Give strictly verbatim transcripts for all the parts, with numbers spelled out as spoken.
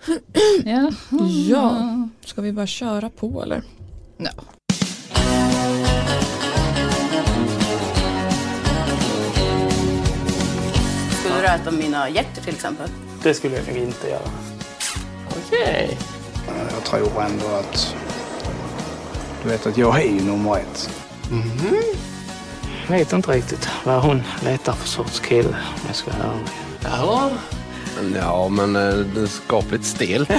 Ja. Ja, ska vi bara köra på eller? No. Skulle du äta mina hjärtor till exempel? Det skulle jag nog inte göra. Okej. Jag tror ändå att du vet att jag är ju nummer ett. Mhm. Jag vet inte riktigt vad hon letar för sorts kille, om jag ska höra. Ja, ja men det är skapligt stelt.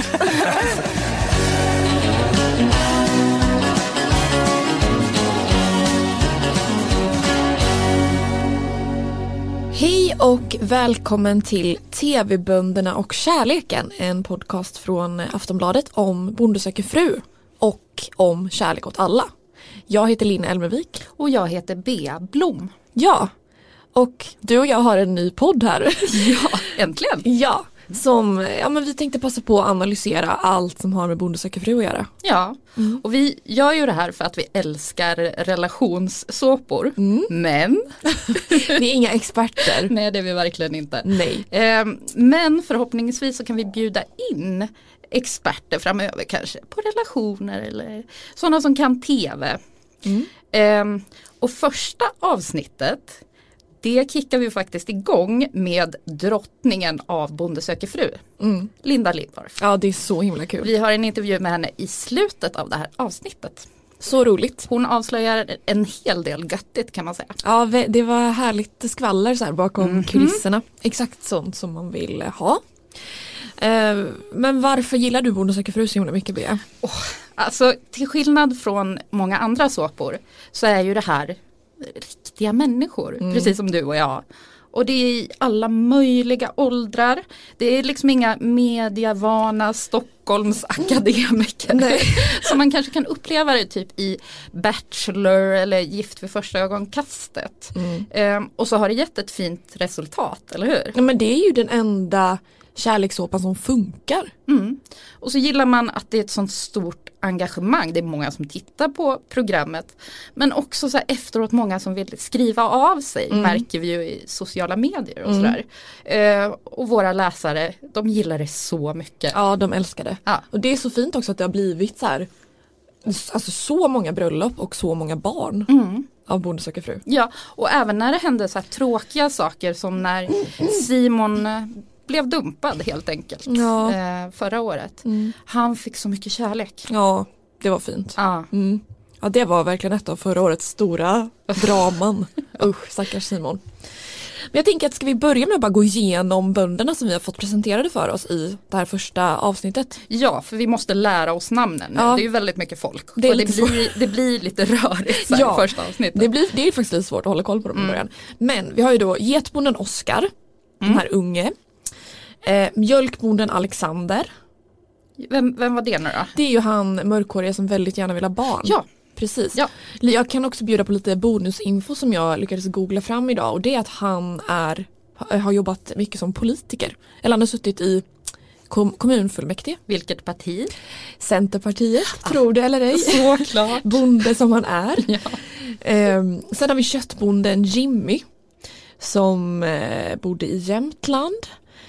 Hej och välkommen till T V-bönderna och kärleken, en podcast från Aftonbladet om Bonde söker fru och om kärlek åt alla. Jag heter Lina Elmervik. Och jag heter Bea Blom. Ja, och du och jag har en ny podd här. Ja, äntligen. Ja, som ja, men vi tänkte passa på att analysera allt som har med Bonde söker fru att göra. Ja, Mm. och vi gör ju det här för att vi älskar relationssåpor. Mm. Men, Vi är inga experter. nej det är vi verkligen inte. Nej. Eh, men förhoppningsvis så kan vi bjuda in experter framöver kanske på relationer eller sådana som kan tv. Mm. Eh, och första avsnittet, det kickar vi faktiskt igång med drottningen av Bonde söker fru, Mm. Linda Lindorff. Ja, det är så himla kul. Vi har en intervju med henne i slutet av det här avsnittet. Så roligt. Hon avslöjar en hel del göttigt kan man säga. Ja, ve- det var härligt skvaller så här bakom Mhm. kulisserna. Exakt sånt som man vill ha. Eh, men varför gillar du Bonde söker fru så himla mycket, Bea? Alltså till skillnad från många andra såpor så är ju det här riktiga människor, Mm. precis som du och jag. Och det är i alla möjliga åldrar. Det är liksom inga mediavana Stockholms akademiker. Nej. Så man kanske kan uppleva det typ i Bachelor eller Gift vid första ögonkastet. Mm. Ehm, och så har det gett ett fint resultat, eller hur? Ja, men det är ju den enda kärlekssåpan som funkar. Mm. Och så gillar man att det är ett sånt stort engagemang. Det är många som tittar på programmet. Men också så här efteråt många som vill skriva av sig. Mm. Märker vi ju i sociala medier och Mm. sådär. Eh, och våra läsare, de gillar det så mycket. Ja, de älskar det. Ja. Och det är så fint också att det har blivit så här, alltså så många bröllop och så många barn Mm. av Bonde söker fru. Ja, och även när det hände så här tråkiga saker som när Simon eh, blev dumpad helt enkelt Ja. eh, förra året. Mm. Han fick så mycket kärlek. Ja, det var fint. Ja. Mm. Ja, det var verkligen ett av förra årets stora draman. Usch, stackars Simon. Men jag tänker att ska vi börja med att bara gå igenom bönderna som vi har fått presenterade för oss i det här första avsnittet. Ja, för vi måste lära oss namnen nu. Ja. Det är ju väldigt mycket folk. Det är och det, lite blir, det blir lite rörigt så här, Ja. i första avsnittet. Det, blir, det är faktiskt lite svårt att hålla koll på dem i början. Men vi har ju då getbonden Oskar, den här unge. Eh, mjölkbonden Alexander. Vem, vem var det nu då? Det är ju han mörkhåriga som väldigt gärna vill ha barn. Ja. Precis. Ja. Jag kan också bjuda på lite bonusinfo som jag lyckades googla fram idag. Och det är att han är, har jobbat mycket som politiker. Eller han har suttit i kom, kommunfullmäktige. Vilket parti? Centerpartiet, tror det eller ej. Såklart. Bonde som han är. Ja. Ehm, sen har vi köttbonden Jimmy. Som eh, bodde i Jämtland.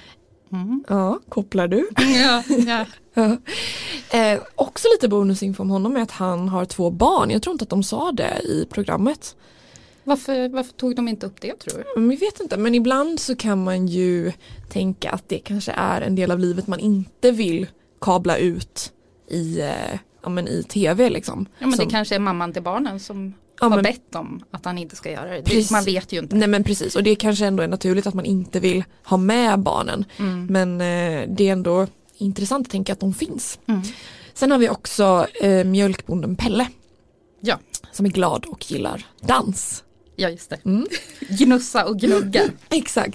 Mm. Ja, kopplar du? Ja, ja. Ja. Eh, också lite bonusinfo om honom är att han har två barn. Jag tror inte att de sa det i programmet. Varför, varför tog de inte upp det tror du? Men vi vet inte, men ibland så kan man ju tänka att det kanske är en del av livet man inte vill kabla ut i, eh, ja, men i tv liksom. Ja, men Som, det kanske är mamman till barnen som Ja, har men- bett om att han inte ska göra det. Precis. det. Man vet ju inte. Nej men precis, och det kanske ändå är naturligt att man inte vill ha med barnen. Mm. Men eh, det är ändå intressant att tänka att de finns. Mm. Sen har vi också eh, mjölkbonden Pelle. Ja. Som är glad och gillar dans. Ja, just det. Mm. Gnussa och gnugga. Exakt.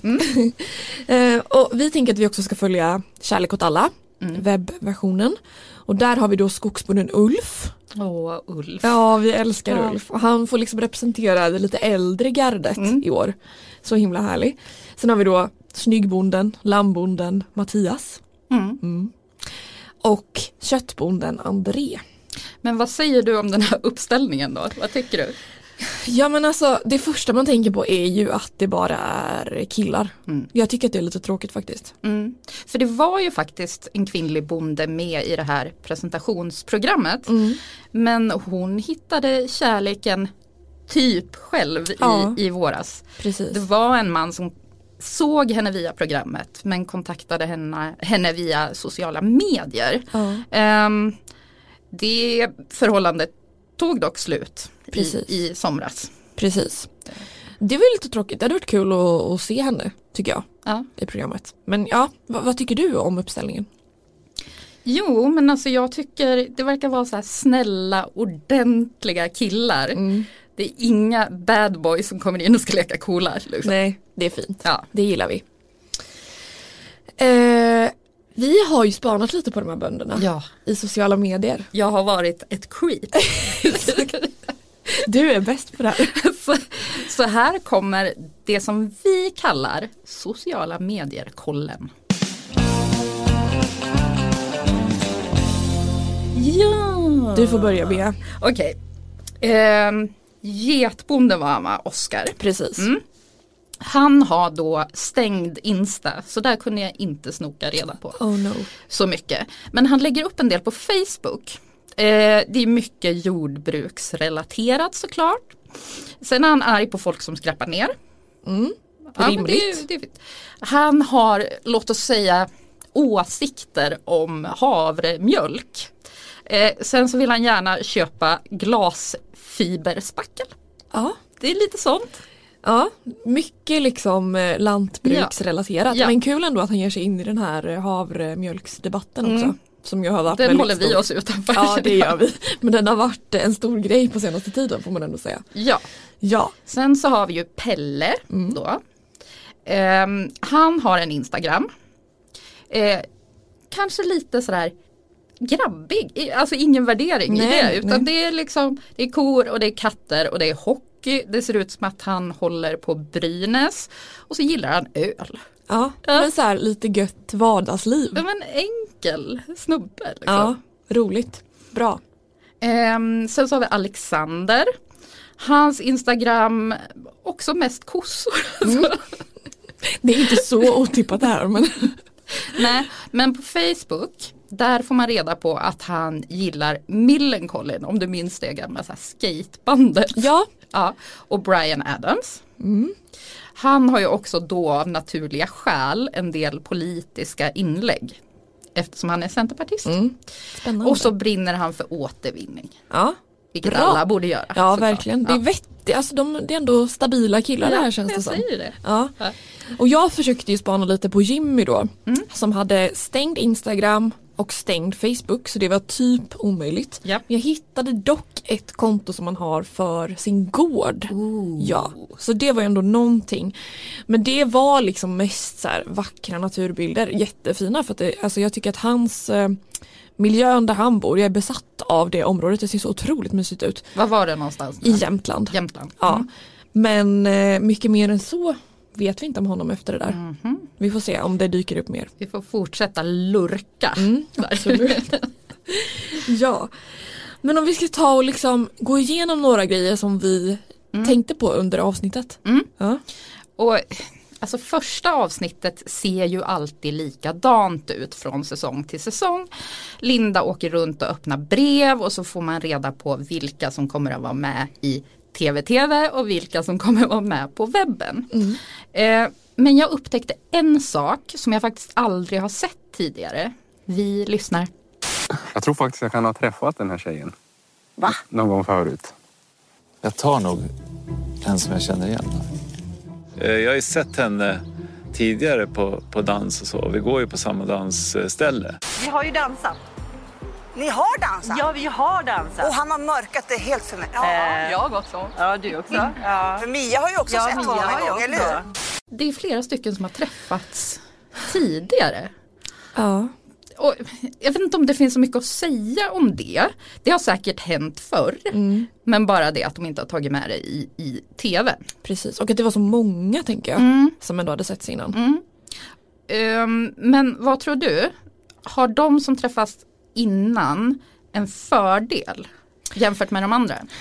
eh, och vi tänker att vi också ska följa Kärlek åt alla, Mm. webbversionen. Och där har vi då skogsbonden Ulf. Åh, Ulf. Ja, vi älskar Ja. Ulf. Och han får liksom representera det lite äldre gardet Mm. i år. Så himla härlig. Sen har vi då snyggbonden, lammbonden Mattias. Mm. Mm. Och köttbonden André. Men vad säger du om den här uppställningen då? Vad tycker du? Ja men alltså det första man tänker på är ju att det bara är killar. Mm. Jag tycker att det är lite tråkigt faktiskt. Mm. För det var ju faktiskt en kvinnlig bonde med i det här presentationsprogrammet. Mm. Men hon hittade kärleken typ själv ja. i, i våras. Precis. Det var en man som såg henne via programmet men kontaktade henne, henne via sociala medier. Ja. Um, det förhållandet tog dock slut i, i somras. Precis. Det var lite tråkigt. Det hade varit kul att, att se henne, tycker jag, ja. i programmet. Men ja, vad, vad tycker du om uppställningen? Jo, men alltså jag tycker det verkar vara så här snälla, ordentliga killar. Mm. Det är inga bad boys som kommer in och ska leka coola. Liksom. Nej, det är fint. Ja. Det gillar vi. Eh, vi har ju spanat lite på de här bönderna ja. i sociala medier. Jag har varit ett creep. Du är bäst på det här. så, så här kommer det som vi kallar sociala medier-kollen. Ja! Du får börja, Bea. Okej. Okay. Eh, Getbonden var med Oscar. Precis. Mm. Han har då stängd Insta, så där kunde jag inte snoka reda på oh no. så mycket. Men han lägger upp en del på Facebook. Eh, det är mycket jordbruksrelaterat såklart. Sen är han arg på folk som skräpar ner. Mm. Ja, rimligt. Det, det, han har, låt oss säga, åsikter om havremjölk. Eh, sen så vill han gärna köpa glasfiberspackel. Ja. Det är lite sånt. Ja, mycket liksom lantbruksrelaterat. Ja. Men kul ändå att han ger sig in i den här havremjölksdebatten också. Mm. Som jag har varit den håller vi stor. oss utanför. Ja, det gör vi. Men den har varit en stor grej på senaste tiden, får man ändå säga. Ja. Ja. Sen så har vi ju Pelle mm. då. Eh, han har en Instagram. Eh, kanske lite sådär grabbig. Alltså ingen värdering nej, i det. Utan nej. det är liksom, det är kor och det är katter och det är hockey. Det ser ut som att han håller på Brynäs. Och så gillar han öl. Ja, ja. Men så här lite gött vardagsliv. Ja, men enkel snubbe. Liksom. Ja, roligt. Bra. Um, sen så har vi Alexander. Hans Instagram, också mest kossor. Mm. Det är inte så otippat här. Men... Nej, men på Facebook, där får man reda på att han gillar Millencolin, om du minns det gamla så här skatebandet. Ja. Ja. Och Bryan Adams. Mm. Han har ju också då av naturliga skäl en del politiska inlägg. Eftersom han är centerpartist. Mm. Spännande. Och så brinner han för återvinning. Ja. Vilket bra. alla borde göra. Ja, såklart. Verkligen. Det är vettigt. Alltså, de, det är ändå stabila killar ja, det här känns det jag som. Säger det. Ja. Ja. Och jag försökte ju spana lite på Jimmy då. Mm. Som hade stängd Instagram och stängd Facebook. Så det var typ omöjligt. Ja. Men jag hittade dock ett konto som man har för sin gård. Ooh. Ja, så det var ändå någonting. Men det var liksom mest så här vackra naturbilder. Jättefina för att det, alltså jag tycker att hans... Eh, miljön där han bor, jag är besatt av det området. Det ser så otroligt mysigt ut. Var var det någonstans? I Jämtland. Jämtland. Mm. Ja. Men eh, mycket mer än så vet vi inte om honom efter det där. Mm-hmm. Vi får se om det dyker upp mer. Vi får fortsätta lurka. Mm, absolut. Ja. Men om vi ska ta och liksom gå igenom några grejer som vi mm. tänkte på under avsnittet. Mm. Ja. Och alltså första avsnittet ser ju alltid likadant ut från säsong till säsong. Linda åker runt och öppnar brev och så får man reda på vilka som kommer att vara med i T V-T V och vilka som kommer att vara med på webben. Mm. Eh, men jag upptäckte en sak som jag faktiskt aldrig har sett tidigare. Vi lyssnar. Jag tror faktiskt jag kan ha träffat den här tjejen. Va? Någon gång förut. Jag tar nog en som jag känner igen. Jag har ju sett henne tidigare på, på dans och så. Vi går ju på samma dansställe. Vi har ju dansat. Ni har dansat? Ja, vi har dansat. Och han har mörkat det helt för mig. Ja, äh, jag också. Ja, du också. Mm. Ja. För Mia har ju också ja, sett Mia honom en gång, också. eller hur? Det är flera stycken som har träffats tidigare. Ja. Och jag vet inte om det finns så mycket att säga om det. Det har säkert hänt förr. Mm. Men bara det att de inte har tagit med det i, i tv. Precis, och att det var så många tänker jag. Mm. Som ändå hade setts innan. Mm. Um, men vad tror du? Har de som träffas innan en fördel jämfört med de andra?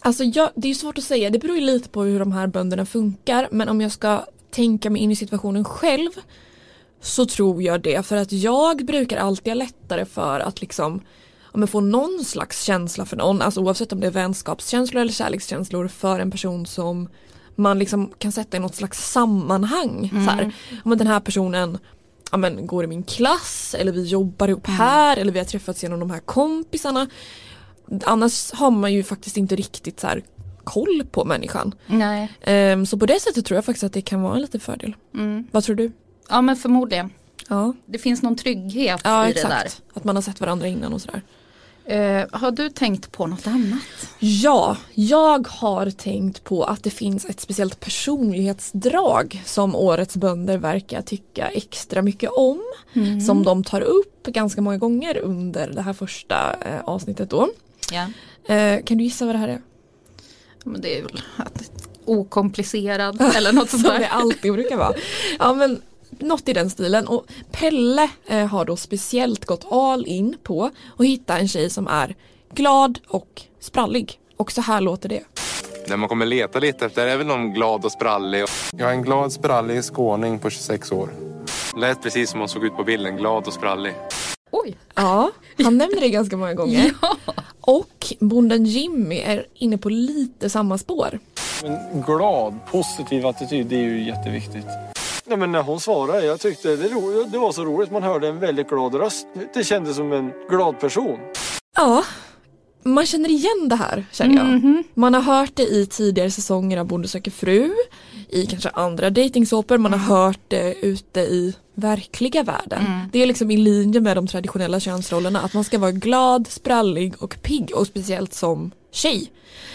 Alltså jag, det är svårt att säga, det beror ju lite på hur de här bönderna funkar, men om jag ska tänka mig in i situationen själv så tror jag det, för att jag brukar alltid ha lättare för att liksom om jag får någon slags känsla för någon, alltså oavsett om det är vänskapskänslor eller kärlekskänslor för en person som man liksom kan sätta i något slags sammanhang. Mm. Så här, om den här personen ja, men, går i min klass eller vi jobbar ihop mm. här eller vi har träffats genom de här kompisarna. Annars har man ju faktiskt inte riktigt så här koll på människan. Nej. Um, så på det sättet tror jag faktiskt att det kan vara en liten fördel. Mm. Vad tror du? Ja, men förmodligen. Ja. Det finns någon trygghet ja, i exakt. det där. Att man har sett varandra innan och sådär. Uh, har du tänkt på något annat? Ja, jag har tänkt på att det finns ett speciellt personlighetsdrag som årets bönder verkar tycka extra mycket om. Mm. Som de tar upp ganska många gånger under det här första eh, avsnittet då. Ja. Eh, kan du gissa vad det här är? Men det är väl att okomplicerad eller något sånt där. Som det alltid brukar vara. Ja, men något i den stilen. Och Pelle eh, har då speciellt gått all in på att hitta en tjej som är glad och sprallig. Och så här låter det. Det man kommer leta lite efter är väl någon glad och sprallig. Jag är en glad sprallig skåning på tjugosex år. Lät precis som hon såg ut på bilden, glad och sprallig. Oj. Ja, han nämner det ganska många gånger. Ja. Och bonden Jimmy är inne på lite samma spår. En glad, positiv attityd, det är ju jätteviktigt. Nej, men när hon svarade, jag tyckte det, ro, det var så roligt. Man hörde en väldigt glad röst. Det kändes som en glad person. Ja, man känner igen det här, känner jag. Mm-hmm. Man har hört det i tidigare säsonger av Bonde söker fru. I kanske andra dejtingsåpor. Man har hört det ute i verkliga världen. Mm. Det är liksom i linje med de traditionella könsrollerna. Att man ska vara glad, sprallig och pigg. Och speciellt som tjej.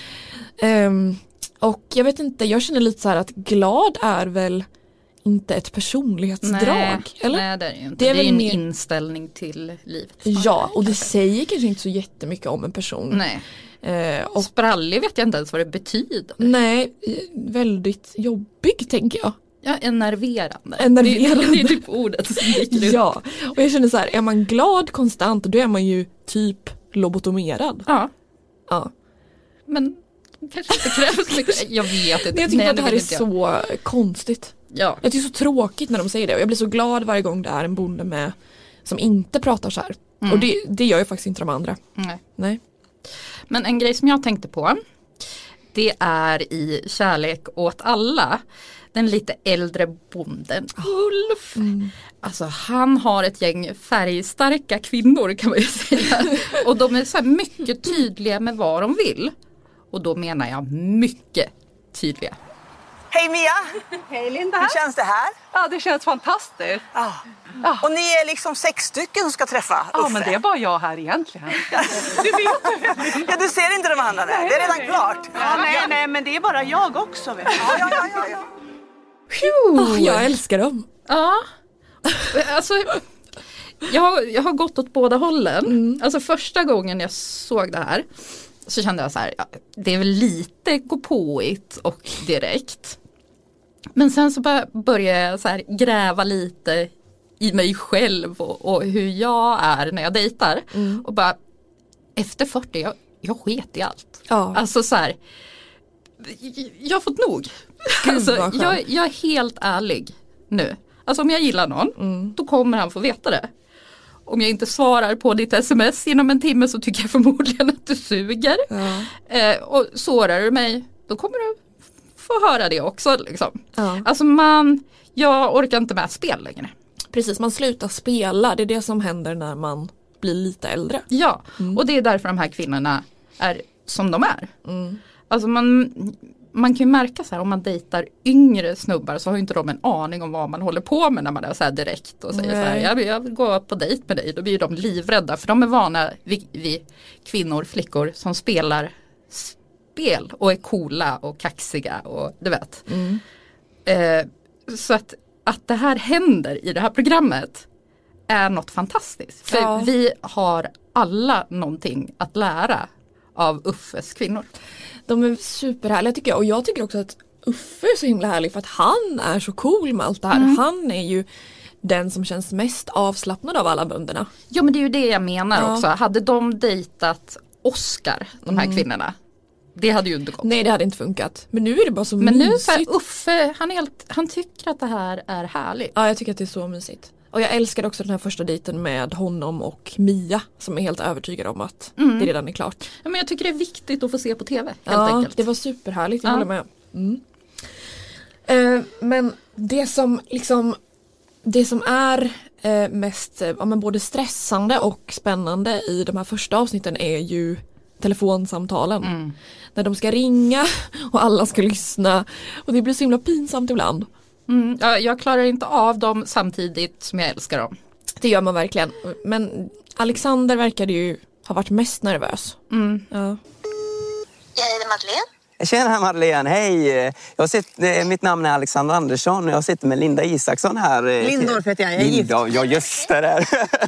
Um, och jag vet inte, jag känner lite så här att glad är väl inte ett personlighetsdrag. Nej, eller? Nej det är det ju inte. Det är, det är en mer... inställning till livet. Ja, och det säger kanske inte så jättemycket om en person. Nej. Eh, och sprallig vet jag inte ens vad det betyder. Nej, väldigt jobbig tänker jag. Ja, enerverande. enerverande. Det, det är typ ordet som dyker ut. Ja, och jag känner så här, är man glad konstant då är man ju typ lobotomerad. Ja. Ja. Men kanske inte krävs mycket. Jag vet inte. Jag tycker Nej, att det här är jag. så konstigt. Ja. Jag tycker det är så tråkigt när de säger det. Och jag blir så glad varje gång det är en bonde med som inte pratar så här. Mm. Och det, det gör ju faktiskt inte de andra. Nej. Nej. Men en grej som jag tänkte på, det är i Kärlek åt alla. Den lite äldre bonden Ulf. Mm. Alltså han har ett gäng färgstarka kvinnor kan man ju säga. Och de är så här mycket tydliga med vad de vill. Och då menar jag mycket tydliga. Hej Mia! Hej Linda! Hur känns det här? Ja, det känns fantastiskt. Ja. Ja. Och ni är liksom sex stycken som ska träffa Uffe. Ja, men det är bara jag här egentligen. Du vet. Ja, du ser inte de andra där. Det är redan klart. Ja, nej, nej, men det är bara jag också. Vet du. Ja, ja, ja, ja, ja. Oh, jag älskar dem. Ja, alltså jag har, jag har gått åt båda hållen. Mm. Alltså första gången jag såg det här så kände jag så här, ja, det är väl lite gåpåigt och direkt. Men sen så började jag så här gräva lite i mig själv och, och hur jag är när jag dejtar. Mm. Och bara, efter fyrtio, jag, jag sket i allt. Ja. Alltså så här, jag har fått nog. Alltså, jag, jag är helt ärlig nu. Alltså om jag gillar någon, mm. då kommer han få veta det. Om jag inte svarar på ditt sms inom en timme så tycker jag förmodligen att du suger. Ja. Eh, och sårar du mig, då kommer du få höra det också. Liksom. Ja. Alltså man, jag orkar inte med spel längre. Precis, man slutar spela. Det är det som händer när man blir lite äldre. Ja, mm. och det är därför de här kvinnorna är som de är. Mm. Alltså man, man kan ju märka så här, om man dejtar yngre snubbar så har ju inte de en aning om vad man håller på med när man är så här direkt och säger Nej. så här, jag vill, jag vill gå på dejt med dig. Då blir de livrädda för de är vana vid, vid kvinnor, flickor som spelar spel och är coola och kaxiga och du vet. Mm. Eh, så att, att det här händer i det här programmet är något fantastiskt. För ja. vi har alla någonting att lära av Uffes kvinnor. De är superhärliga tycker jag. Och jag tycker också att Uffe är så himla härlig för att han är så cool med allt det här. Mm. Han är ju den som känns mest avslappnad av alla bönderna. Ja, men det är ju det jag menar ja. också. Hade de dejtat Oscar, de här mm. kvinnorna, Det hade ju inte gått. Nej, det hade inte funkat. Men nu är det bara så Men mysigt. nu så här, Uffe, han, är helt, han tycker att det här är härligt. Ja, jag tycker att det är så mysigt. Och jag älskade också den här första dejten med honom och Mia som är helt övertygad om att mm. det redan är klart. Ja, men jag tycker det är viktigt att få se på tv, helt ja, enkelt. Det var superhärligt, jag ja. håller med. Mm. Eh, men det som liksom det som är eh, mest eh, ja, men både stressande och spännande i de här första avsnitten är ju telefonsamtalen. Mm. När de ska ringa och alla ska lyssna och det blir så himla pinsamt ibland. Mm, ja, jag klarar inte av dem samtidigt som jag älskar dem. Det gör man verkligen. Men Alexander verkade ju ha varit mest nervös. Mm. Ja. Jag heter Madeleine. Tjena Madeleine, hej! Jag sitter, mitt namn är Alexander Andersson och jag sitter med Linda Isaksson här. Lindorf heter jag, jag är gift. Ja, just det där.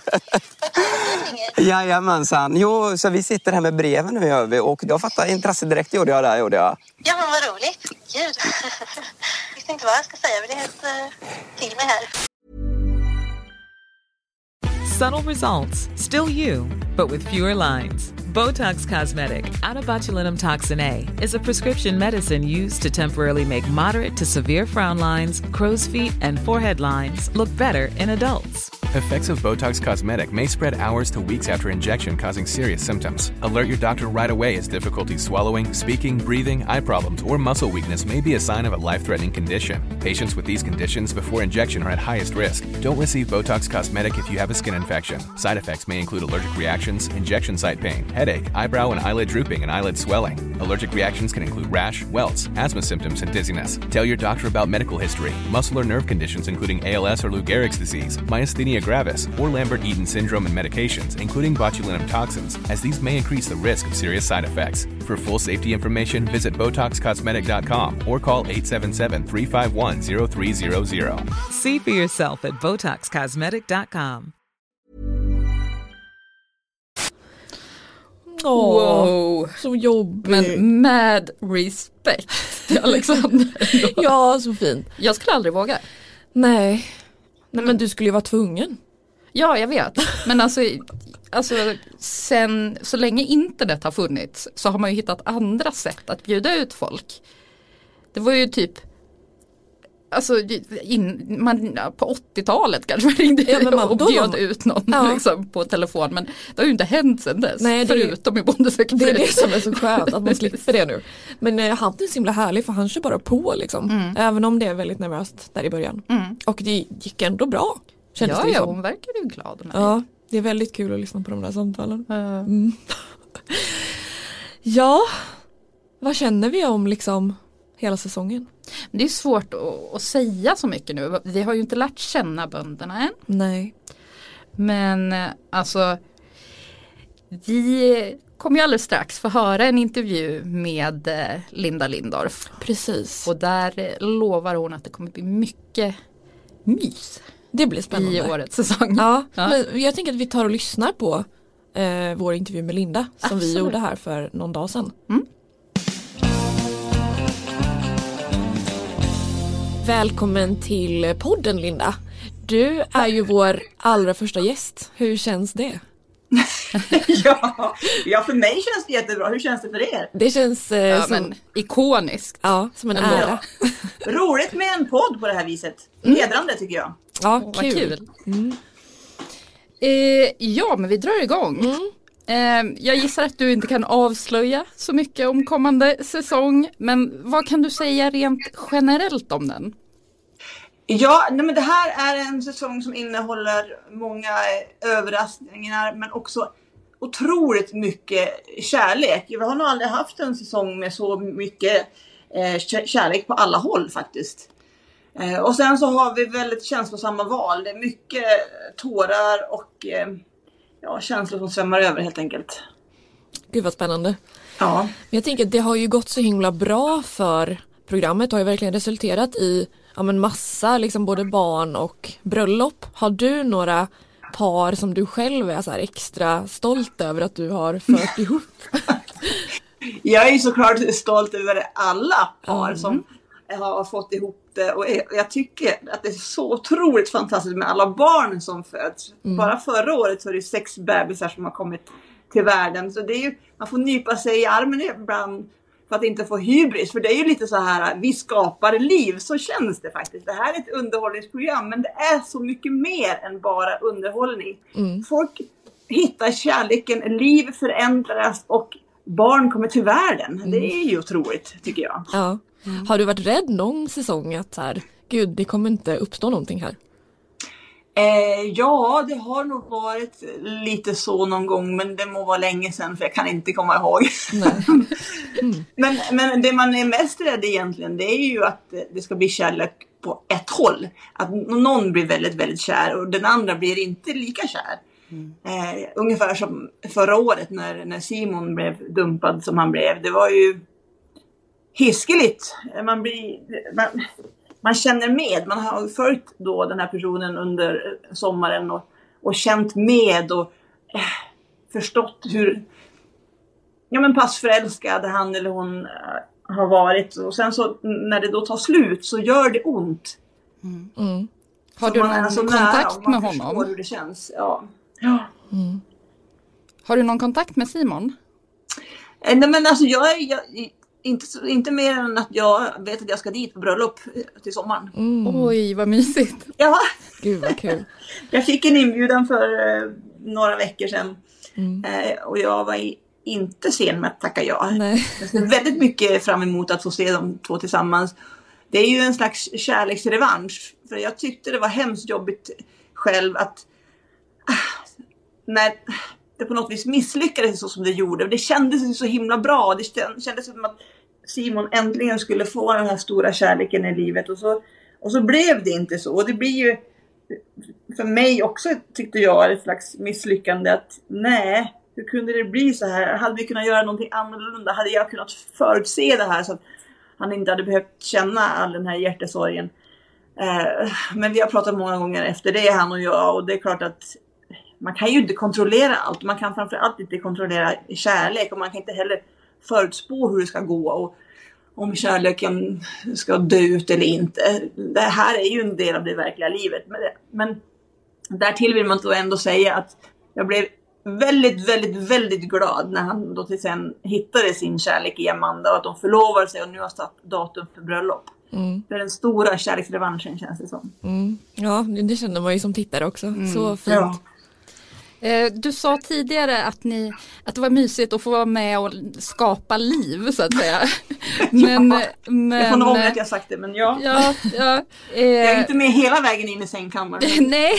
Jajamensan. Jo, så vi sitter här med breven nu gör vi, och jag fattar intresse direkt gjorde jag där, gjorde jag. Ja, men vad roligt. Gud. Jag visste inte vad jag ska säga, men det är helt uh, till mig här. Subtle results, still you, but with fewer lines. Botox Cosmetic, out of botulinum toxin A, is a prescription medicine used to temporarily make moderate to severe frown lines, crow's feet, and forehead lines look better in adults. Effects of Botox Cosmetic may spread hours to weeks after injection, causing serious symptoms. Alert your doctor right away as difficulty swallowing, speaking, breathing, eye problems, or muscle weakness may be a sign of a life-threatening condition. Patients with these conditions before injection are at highest risk. Don't receive Botox Cosmetic if you have a skin infection. Side effects may include allergic reactions, injection site pain, headache, eyebrow and eyelid drooping, and eyelid swelling. Allergic reactions can include rash, welts, asthma symptoms, and dizziness. Tell your doctor about medical history, muscle or nerve conditions including A L S or Lou Gehrig's disease, myasthenia gravis, or Lambert-Eaton syndrome, and medications, including botulinum toxins, as these may increase the risk of serious side effects. For full safety information, visit Botox Cosmetic dot com or call eight seven seven, three five one, zero three zero zero. See for yourself at Botox Cosmetic dot com. Åh, wow. Så jobbigt. Men med respekt till Alexander. Ja, så fint. Jag skulle aldrig våga. Nej. Nej, men du skulle ju vara tvungen. Ja, jag vet. Men alltså, alltså sen så länge internet har funnits så har man ju hittat andra sätt att bjuda ut folk. Det var ju typ alltså in, man, på åttiotalet kanske man ringde ja, men man, och bjöd man, ut någon ja. liksom, på telefon. Men det har ju inte hänt sedan dess. Nej, det, förutom i Bonde söker fru. Det är det som är så skönt att man slipper det nu. Men eh, han är så himla härlig för han kör bara på liksom. Mm. Även om det är väldigt nervöst där i början. Mm. Och det gick ändå bra. Kändes ja, det ja, hon verkar ju glad. Ja, det är väldigt kul att lyssna på de där samtalen. Mm. Ja, vad känner vi om liksom hela säsongen? Det är svårt att, att säga så mycket nu. Vi har ju inte lärt känna bönderna än. Nej. Men alltså vi kommer ju alldeles strax få höra en intervju med Linda Lindorf. Precis. Och där lovar hon att det kommer bli mycket mys. Det blir spännande. I årets säsong. Ja, ja. Men jag tänker att vi tar och lyssnar på eh, vår intervju med Linda som Absolut. vi gjorde här för någon dag sedan. Mm. Välkommen till podden, Linda. Du är ju vår allra första gäst. Hur känns det? ja, ja, för mig känns det jättebra. Hur känns det för er? Det känns eh, ja, som men, ikoniskt. Ja, som en ära. Roligt med en podd på det här viset. Mm. Hedrande tycker jag. Ja, oh, kul. kul. Mm. Eh, ja, men vi drar igång. Mm. Eh, jag gissar att du inte kan avslöja så mycket om kommande säsong. Men vad kan du säga rent generellt om den? Ja, nej men det här är en säsong som innehåller många överraskningar men också otroligt mycket kärlek. Vi har nog aldrig haft en säsong med så mycket eh, kärlek på alla håll faktiskt. Eh, och sen så har vi väldigt känslosamma val. Det är mycket tårar och eh, ja, känslor som svämmar över helt enkelt. Gud vad spännande. Ja. Jag tänker att det har ju gått så himla bra för programmet. Har ju verkligen resulterat i ja, men massa liksom både barn och bröllop. Har du några par som du själv är så här extra stolt över att du har fört ihop? Jag är ju såklart stolt över alla par mm. som har fått ihop det. Och jag tycker att det är så otroligt fantastiskt med alla barn som föds. Mm. Bara förra året så är det sex bebisar som har kommit till världen. Så det är ju, man får nypa sig i armen ibland för att inte få hybris. För det är ju lite så här, vi skapar liv, så känns det faktiskt. Det här är ett underhållningsprogram, men det är så mycket mer än bara underhållning. Mm. Folk hittar kärleken, liv förändras och barn kommer till världen. Mm. Det är ju otroligt, tycker jag. Ja. Mm. Har du varit rädd någon säsong att så här, gud, det kommer inte uppstå någonting här? Eh, ja, det har nog varit lite så någon gång, men det må vara länge sedan för jag kan inte komma ihåg. Nej. Mm. men, men det man är mest rädd egentligen, det är ju att det ska bli kärlek på ett håll. Att någon blir väldigt, väldigt kär och den andra blir inte lika kär. Mm. Eh, ungefär som förra året när, när Simon blev dumpad som han blev. Det var ju hiskeligt. Man blir... Man, Man känner med, man har följt då den här personen under sommaren och, och känt med och eh, förstått hur ja, men passförälskad han eller hon eh, har varit. Och sen så när det då tar slut så gör det ont. Mm. Mm. Har så du någon alltså kontakt med honom? Hur det känns. Ja. Ja. Mm. Har du någon kontakt med Simon? Eh, nej men alltså jag är... Jag, Inte, inte mer än att jag vet att jag ska dit på bröllop till sommaren. Mm. Oj, vad mysigt. Ja. Gud, vad kul. Jag fick en inbjudan för eh, några veckor sedan. Mm. Eh, och jag var i, inte sen med att tacka ja. Nej. Jag ser väldigt mycket fram emot att få se de två tillsammans. Det är ju en slags kärleksrevansch. För jag tyckte det var hemskt jobbigt själv att... Ah, när... det på något vis misslyckades så som det gjorde. Det kändes så himla bra. Det kändes som att Simon äntligen skulle få den här stora kärleken i livet. Och så, och så blev det inte så. Och det blir ju för mig också, tyckte jag, ett slags misslyckande. Att nej, hur kunde det bli så här? Hade vi kunnat göra någonting annorlunda? Hade jag kunnat förutse det här så att han inte hade behövt känna all den här hjärtesorgen? Eh, men vi har pratat många gånger efter det, han och jag. Och det är klart att man kan ju inte kontrollera allt. Man kan framförallt inte kontrollera kärlek. Och man kan inte heller förutspå hur det ska gå. Och om kärleken ska dö ut eller inte. Det här är ju en del av det verkliga livet. Men, det, men därtill vill man då ändå säga att jag blev väldigt, väldigt, väldigt glad när han då till sen hittade sin kärlek i Amanda. Och att de förlovade sig och nu har satt datum för bröllop. Mm. Det är den stora kärleksrevanschen, känns det som. Mm. Ja, det känner man ju som tittare också. Mm. Så fint. Ja. Du sa tidigare att, ni, att det var mysigt att få vara med och skapa liv, så att säga. Men, ja, men, jag får nog ångra att jag sagt det, men ja. ja, ja eh, jag är inte med hela vägen in i sängkammaren. Men... Nej,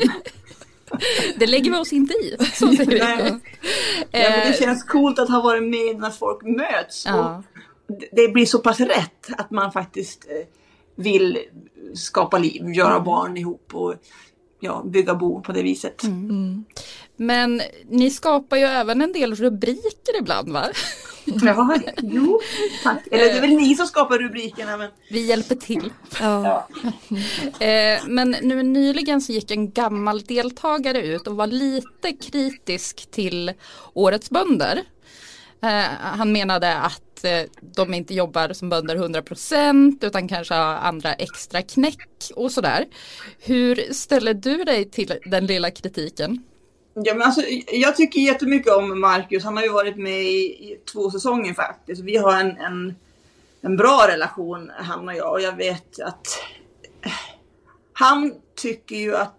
det lägger vi oss inte i. Så säger vi. Nej. Ja, men det känns coolt att ha varit med när folk möts. Ja. Och det blir så pass rätt att man faktiskt vill skapa liv, göra mm. barn ihop och ja, bygga bo på det viset. Mm. Mm. Men ni skapar ju även en del rubriker ibland, va? Ja, jo, tack. Eller det är väl ni som skapar rubrikerna. Men... Vi hjälper till. Ja. eh, men nu nyligen så gick en gammal deltagare ut och var lite kritisk till Årets bönder. Eh, han menade att eh, de inte jobbar som bönder hundra procent utan kanske har andra extra knäck och sådär. Hur ställer du dig till den lilla kritiken? Ja, men alltså, jag tycker jättemycket om Marcus. Han har ju varit med i, i två säsonger faktiskt. Vi har en, en, en bra relation, han och jag. Och jag vet att eh, han tycker ju att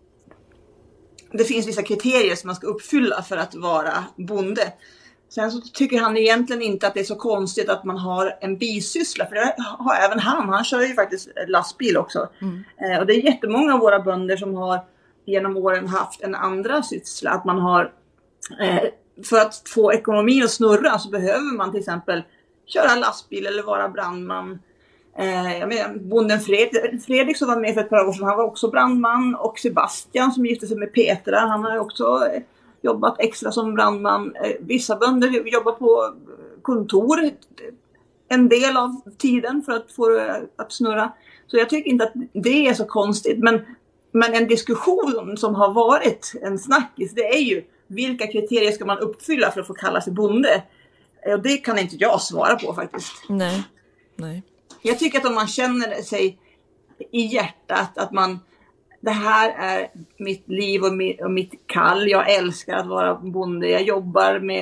det finns vissa kriterier som man ska uppfylla för att vara bonde. Sen så tycker han egentligen inte att det är så konstigt att man har en bisyssla. För det har även han. Han kör ju faktiskt lastbil också. Mm. Eh, och det är jättemånga av våra bönder som har genom åren haft en andra syssla. Att man har, eh, för att få ekonomin att snurra så behöver man till exempel köra lastbil eller vara brandman. Eh, jag menar, bonden Fred, Fredrik som var med för ett par år sedan, han var också brandman. Och Sebastian som gifte sig med Petra, han har också eh, jobbat extra som brandman. Eh, vissa bönder jobbar på kontor en del av tiden för att få det att snurra. Så jag tycker inte att det är så konstigt, men Men en diskussion som har varit en snackis, det är ju vilka kriterier ska man uppfylla för att få kalla sig bonde? Och det kan inte jag svara på faktiskt. Nej, nej. Jag tycker att om man känner sig i hjärtat att man, det här är mitt liv och mitt, och mitt kall. Jag älskar att vara bonde. Jag jobbar med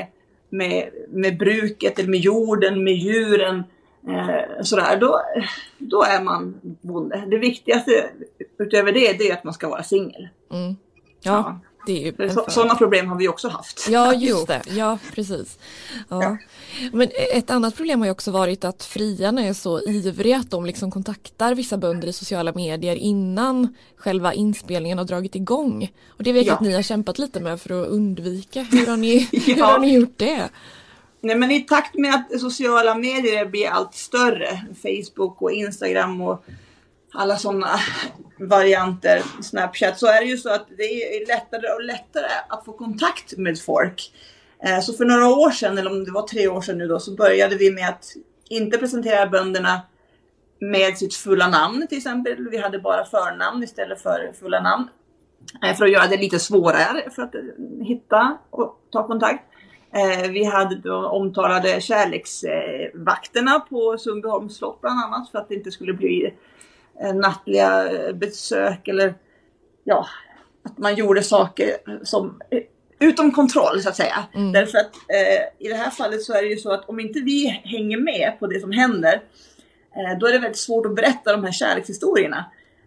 med, med bruket eller med jorden, med djuren. Eh, sådär, då, då är man bonde. Det viktigaste utöver det, det är att man ska vara singel. Mm. Ja, ja, det är ju så, sådana problem har vi också haft. Ja, just det. Ja, precis. Ja. Ja. Men ett annat problem har ju också varit att friarna är så ivriga att de liksom kontaktar vissa bönder i sociala medier innan själva inspelningen har dragit igång. Och det vet jag ja. att ni har kämpat lite med för att undvika. Hur har ni, ja. hur har ni gjort det? Nej, men i takt med att sociala medier blir allt större, Facebook och Instagram och alla sådana varianter, Snapchat, så är det ju så att det är lättare och lättare att få kontakt med folk. Så för några år sedan, eller om det var tre år sedan nu då, så började vi med att inte presentera bönderna med sitt fulla namn till exempel. Vi hade bara förnamn istället för fulla namn. För att göra det lite svårare för att hitta och ta kontakt. Vi hade då omtalade kärleksvakterna på Sundbyholms slott bland annat, för att det inte skulle bli nattliga besök eller ja, att man gjorde saker som utom kontroll så att säga. Mm. Därför att eh, i det här fallet så är det ju så att om inte vi hänger med på det som händer, eh, då är det väldigt svårt att berätta de här kärlekshistorierna.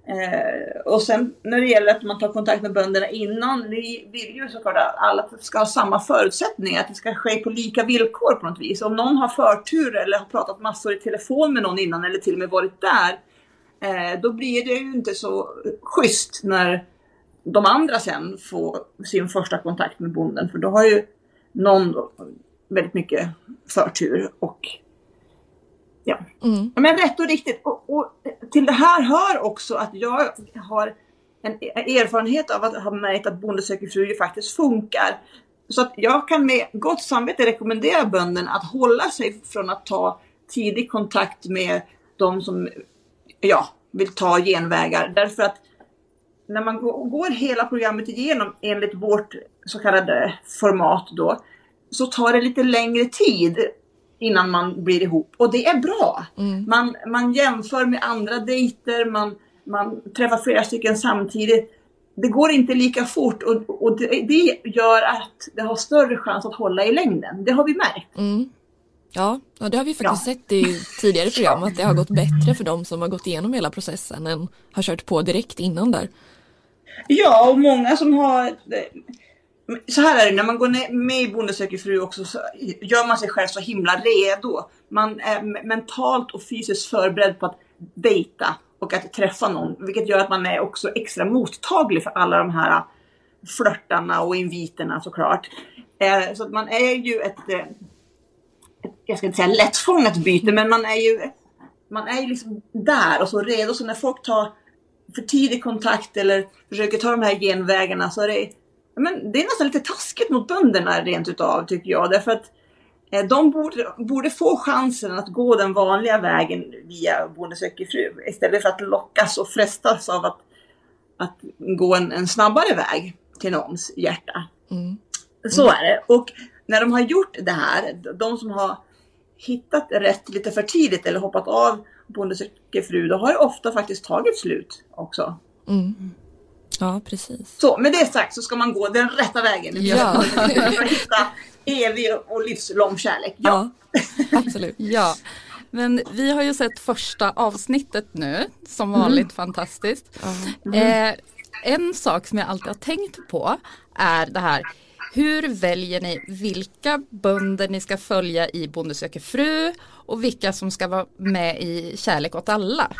Eh, och sen när det gäller att man tar kontakt med bönderna innan, vi vill ju såklart att alla ska ha samma förutsättningar, att det ska ske på lika villkor på något vis. Om någon har förtur eller har pratat massor i telefon med någon innan eller till och med varit där, eh, då blir det ju inte så schysst när de andra sen får sin första kontakt med bonden. För då har ju någon då väldigt mycket förtur och ja. Mm. Men rätt och riktigt. Och, och till det här hör också att jag har en erfarenhet av att ha märkt att Bonde söker fru ju faktiskt funkar. Så att jag kan med gott samvete rekommendera bönden att hålla sig från att ta tidig kontakt med de som ja, vill ta genvägar. Därför att när man går hela programmet igenom enligt vårt så kallade format då, så tar det lite längre tid innan man blir ihop. Och det är bra. Mm. Man, man jämför med andra dejter, man, man träffar flera stycken samtidigt. Det går inte lika fort och, och det, det gör att det har större chans att hålla i längden. Det har vi märkt. Mm. Ja, och det har vi faktiskt ja. sett i tidigare program, att det har gått bättre för dem som har gått igenom hela processen än har kört på direkt innan där. Ja, och många som har... Så här är det, när man går med i Bonde söker fru också, så gör man sig själv så himla redo. Man är mentalt och fysiskt förberedd på att dejta och att träffa någon. Vilket gör att man är också extra mottaglig för alla de här flörtarna och inviterna såklart. Så att man är ju ett, ett jag ska inte säga lättfångat byte, men man är ju, man är ju liksom där och så redo. Så när folk tar för tidig kontakt eller försöker ta de här genvägarna, så är det, men det är nästan lite taskigt mot bönderna rent utav, tycker jag. Därför att eh, de borde, borde få chansen att gå den vanliga vägen via Bonde söker fru, istället för att lockas och frestas av att, att gå en, en snabbare väg till någons hjärta. Mm. Mm. Så är det. Och när de har gjort det här, de som har hittat rätt lite för tidigt eller hoppat av Bonde söker fru, då har det ofta faktiskt tagit slut också. Mm. Ja, precis. Så med det sagt så ska man gå den rätta vägen. Ja. För att hitta evig och livslång kärlek. Ja, ja absolut. Ja, men vi har ju sett första avsnittet nu, som vanligt mm. fantastiskt. Mm. Eh, en sak som jag alltid har tänkt på är det här. Hur väljer ni vilka bönder ni ska följa i Bonde söker fru och vilka som ska vara med i Kärlek åt alla?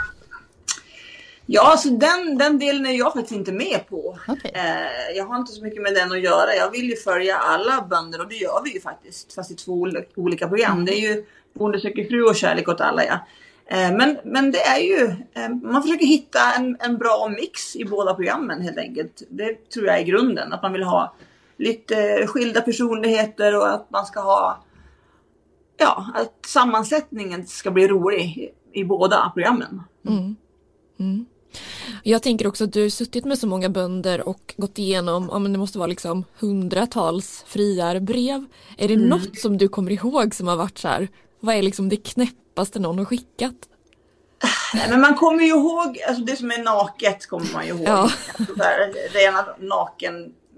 Ja, alltså den, den delen är jag faktiskt inte med på. Okay. Eh, jag har inte så mycket med den att göra. Jag vill ju följa alla bönder, och det gör vi ju faktiskt, fast i två olika program. Mm. Det är ju Bonde söker fru och Kärlek åt alla, ja. Eh, men, men det är ju, eh, man försöker hitta en, en bra mix i båda programmen helt enkelt. Det tror jag är grunden, att man vill ha lite skilda personligheter och att man ska ha, ja, att sammansättningen ska bli rolig i, i båda programmen. Mm. Mm. Jag tänker också att du har suttit med så många bönder och gått igenom, ja, men det måste vara liksom hundratals friarbrev. Är det mm. något som du kommer ihåg som har varit så här, vad är liksom det knäppaste någon har skickat? Nej, men man kommer ju ihåg, alltså det som är naket kommer man ju ihåg. Ja. Alltså där, rena naken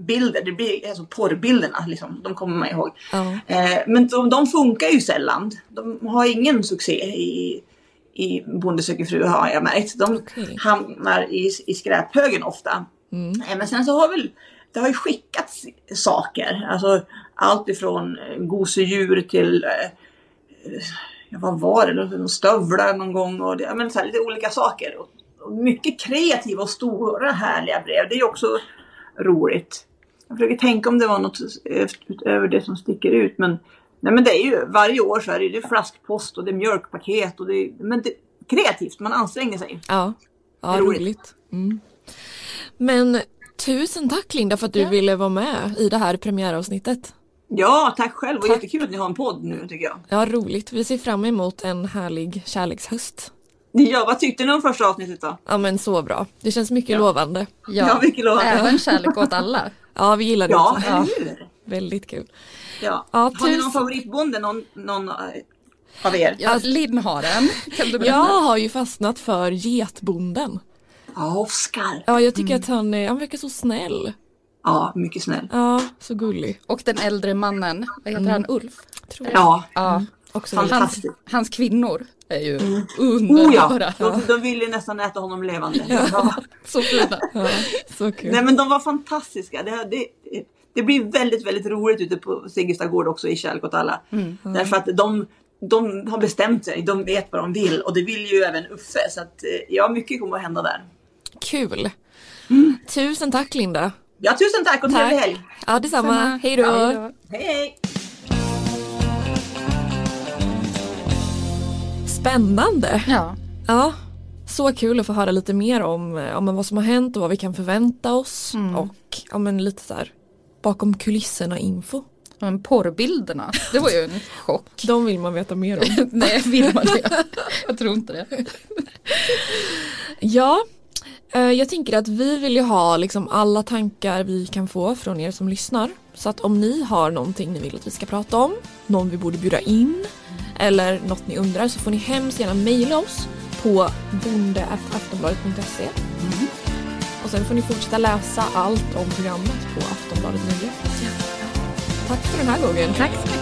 bilder, det blir alltså porrbilderna liksom, de kommer man ihåg. Ja. Eh, men de, de funkar ju sällan. De har ingen succé i, i Bonde söker fru, har jag märkt. De okay. hamnar i, i skräphögen ofta. Mm. Eh, men sen så har väl det har ju skickats saker, alltså allt ifrån gosedjur till eh, ja, vad var det, de stövlar någon gång och det, men så här, lite olika saker. Och, och mycket kreativa och stora härliga brev, det är ju också roligt. Jag försöker tänka om det var något utöver det som sticker ut, men, nej, men det är ju, varje år så är det, det är flaskpost och det är mjölkpaket och det är, men det är kreativt, man anstränger sig. Ja, ja roligt. roligt. Mm. Men tusen tack Linda för att du ja. ville vara med i det här premiäravsnittet. Ja, tack själv. Och jättekul att ni har en podd nu tycker jag. Ja, roligt. Vi ser fram emot en härlig kärlekshöst. Ja, vad tyckte ni om första avsnittet då? Ja, men så bra. Det känns mycket ja. lovande. Ja, ja, mycket lovande. Även kärlek åt alla. Ja, vi gillar det ja, också. Ja, eller hur? Väldigt kul. Ja. Ja, har ni någon favoritbonde? Någon, någon av er? Ja, Linn har en. Kan du berätta? Jag har ju fastnat för getbonden. Ja, Oskar. Ja, jag tycker mm. att han, han verkar så snäll. Ja, mycket snäll. Ja, så gullig. Och den äldre mannen, vad heter mm. han? Ulf? Tror jag. Ja, ja. Mm. Också hans, hans kvinnor är ju mm. underbara. Oh, ja. de, de ville nästan äta honom levande. Ja. Ja. Så fina. Ja, så kul. Nej, men de var fantastiska. Det, det, det blir väldigt, väldigt roligt ute på Siggesta gård också i Kärlek åt alla. Mm. Därför att de, de har bestämt sig. De vet vad de vill. Och det vill ju även Uffe. Så att, ja, mycket kommer att hända där. Kul. Mm. Tusen tack Linda. Ja, tusen tack och trevlig helg. Ja, detsamma. Samma. Hej då. Ja, hej, hej. Spännande. Ja. Ja. Så kul att få höra lite mer om, om vad som har hänt och vad vi kan förvänta oss. Mm. Och om en lite så här bakom kulisserna info. Men porrbilderna, det var ju en chock. De vill man veta mer om. Nej, vill man det? Jag tror inte det. Ja, jag tänker att vi vill ju ha liksom alla tankar vi kan få från er som lyssnar. Så att om ni har någonting ni vill att vi ska prata om, någon vi borde bjuda in eller något ni undrar, så får ni hemskt gärna mejla oss på bonde at aftonbladet punkt se. Mm. Och sen får ni fortsätta läsa allt om programmet på Aftonbladet nio. Ja. Tack för den här gången. Tack så mycket.